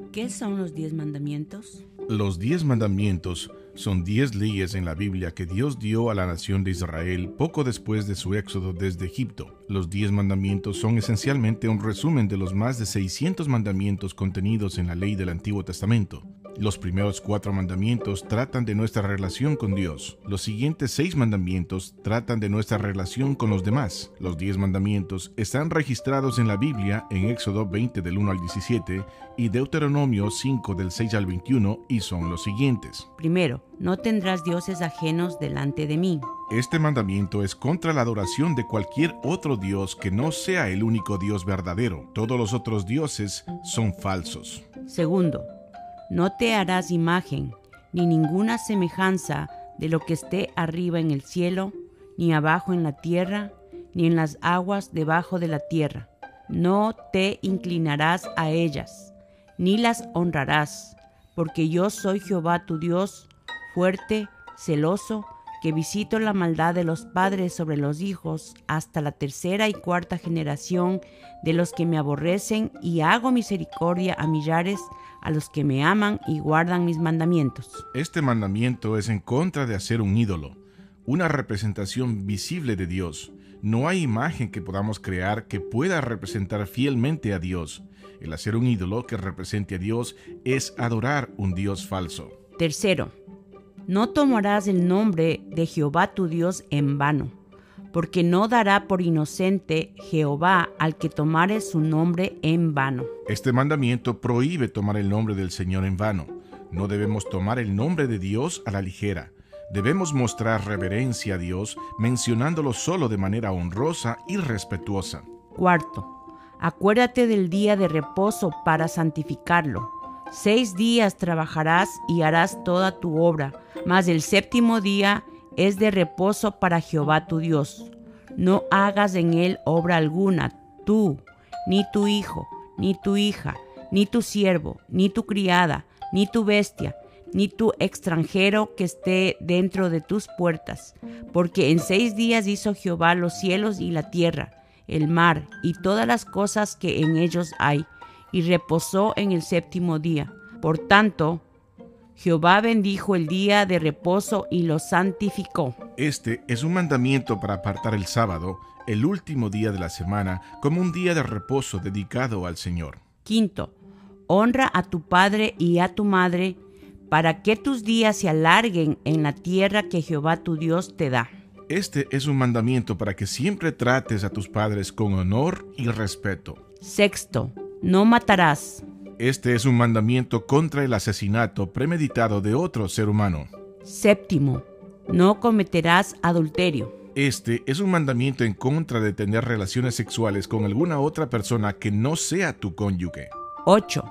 ¿Qué son los 10 mandamientos? Los 10 mandamientos son 10 leyes en la Biblia que Dios dio a la nación de Israel poco después de su éxodo desde Egipto. Los 10 mandamientos son esencialmente un resumen de los más de 600 mandamientos contenidos en la ley del Antiguo Testamento. Los primeros 4 mandamientos tratan de nuestra relación con Dios. Los siguientes 6 mandamientos tratan de nuestra relación con los demás. Los 10 mandamientos están registrados en la Biblia en Éxodo 20 del 1 al 17 y Deuteronomio 5 del 6 al 21 y son los siguientes. Primero, no tendrás dioses ajenos delante de mí. Este mandamiento es contra la adoración de cualquier otro Dios que no sea el único Dios verdadero. Todos los otros dioses son falsos. Segundo, no te harás imagen, ni ninguna semejanza de lo que esté arriba en el cielo, ni abajo en la tierra, ni en las aguas debajo de la tierra. No te inclinarás a ellas, ni las honrarás, porque yo soy Jehová tu Dios, fuerte, celoso, que visito la maldad de los padres sobre los hijos hasta la 3ª y 4ª generación de los que me aborrecen, y hago misericordia a millares, a los que me aman y guardan mis mandamientos. Este mandamiento es en contra de hacer un ídolo, una representación visible de Dios. No hay imagen que podamos crear que pueda representar fielmente a Dios. El hacer un ídolo que represente a Dios es adorar un Dios falso. Tercero, no tomarás el nombre de Jehová tu Dios en vano, porque no dará por inocente Jehová al que tomare su nombre en vano. Este mandamiento prohíbe tomar el nombre del Señor en vano. No debemos tomar el nombre de Dios a la ligera. Debemos mostrar reverencia a Dios mencionándolo solo de manera honrosa y respetuosa. Cuarto, acuérdate del día de reposo para santificarlo. 6 días trabajarás y harás toda tu obra, mas el 7º día es de reposo para Jehová tu Dios. No hagas en él obra alguna, tú, ni tu hijo, ni tu hija, ni tu siervo, ni tu criada, ni tu bestia, ni tu extranjero que esté dentro de tus puertas. Porque en 6 días hizo Jehová los cielos y la tierra, el mar y todas las cosas que en ellos hay, y reposó en el 7º día. Por tanto, Jehová bendijo el día de reposo y lo santificó. Este es un mandamiento para apartar el sábado, el último día de la semana, como un día de reposo dedicado al Señor. Quinto, honra a tu padre y a tu madre, para que tus días se alarguen en la tierra que Jehová tu Dios te da. Este es un mandamiento para que siempre trates a tus padres con honor y respeto. Sexto, no matarás. Este es un mandamiento contra el asesinato premeditado de otro ser humano. Séptimo, no cometerás adulterio. Este es un mandamiento en contra de tener relaciones sexuales con alguna otra persona que no sea tu cónyuge. 8.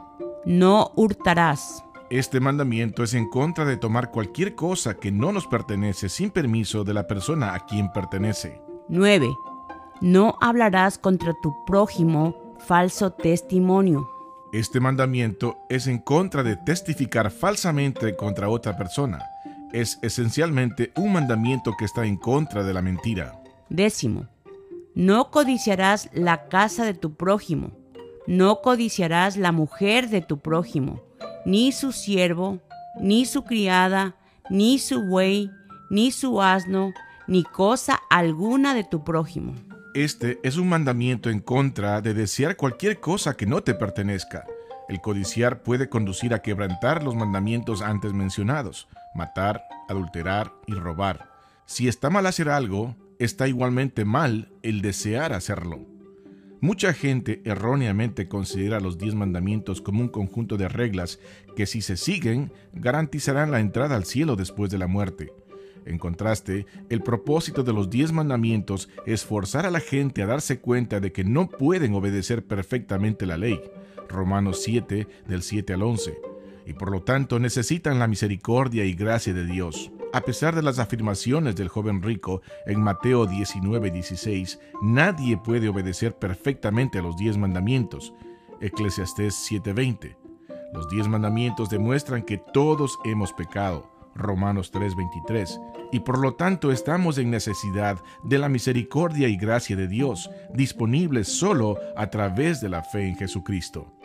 No hurtarás. Este mandamiento es en contra de tomar cualquier cosa que no nos pertenece sin permiso de la persona a quien pertenece. 9. No hablarás contra tu prójimo falso testimonio. Este mandamiento es en contra de testificar falsamente contra otra persona. Es esencialmente un mandamiento que está en contra de la mentira. 10. No codiciarás la casa de tu prójimo. No codiciarás la mujer de tu prójimo, ni su siervo, ni su criada, ni su buey, ni su asno, ni cosa alguna de tu prójimo. Este es un mandamiento en contra de desear cualquier cosa que no te pertenezca. El codiciar puede conducir a quebrantar los mandamientos antes mencionados: matar, adulterar y robar. Si está mal hacer algo, está igualmente mal el desear hacerlo. Mucha gente erróneamente considera los 10 mandamientos como un conjunto de reglas que, si se siguen, garantizarán la entrada al cielo después de la muerte. En contraste, el propósito de los 10 mandamientos es forzar a la gente a darse cuenta de que no pueden obedecer perfectamente la ley, Romanos 7, del 7 al 11, y por lo tanto necesitan la misericordia y gracia de Dios. A pesar de las afirmaciones del joven rico en Mateo 19:16, nadie puede obedecer perfectamente a los 10 mandamientos, Eclesiastés 7:20. Los 10 mandamientos demuestran que todos hemos pecado, Romanos 3:23, y por lo tanto estamos en necesidad de la misericordia y gracia de Dios, disponibles solo a través de la fe en Jesucristo.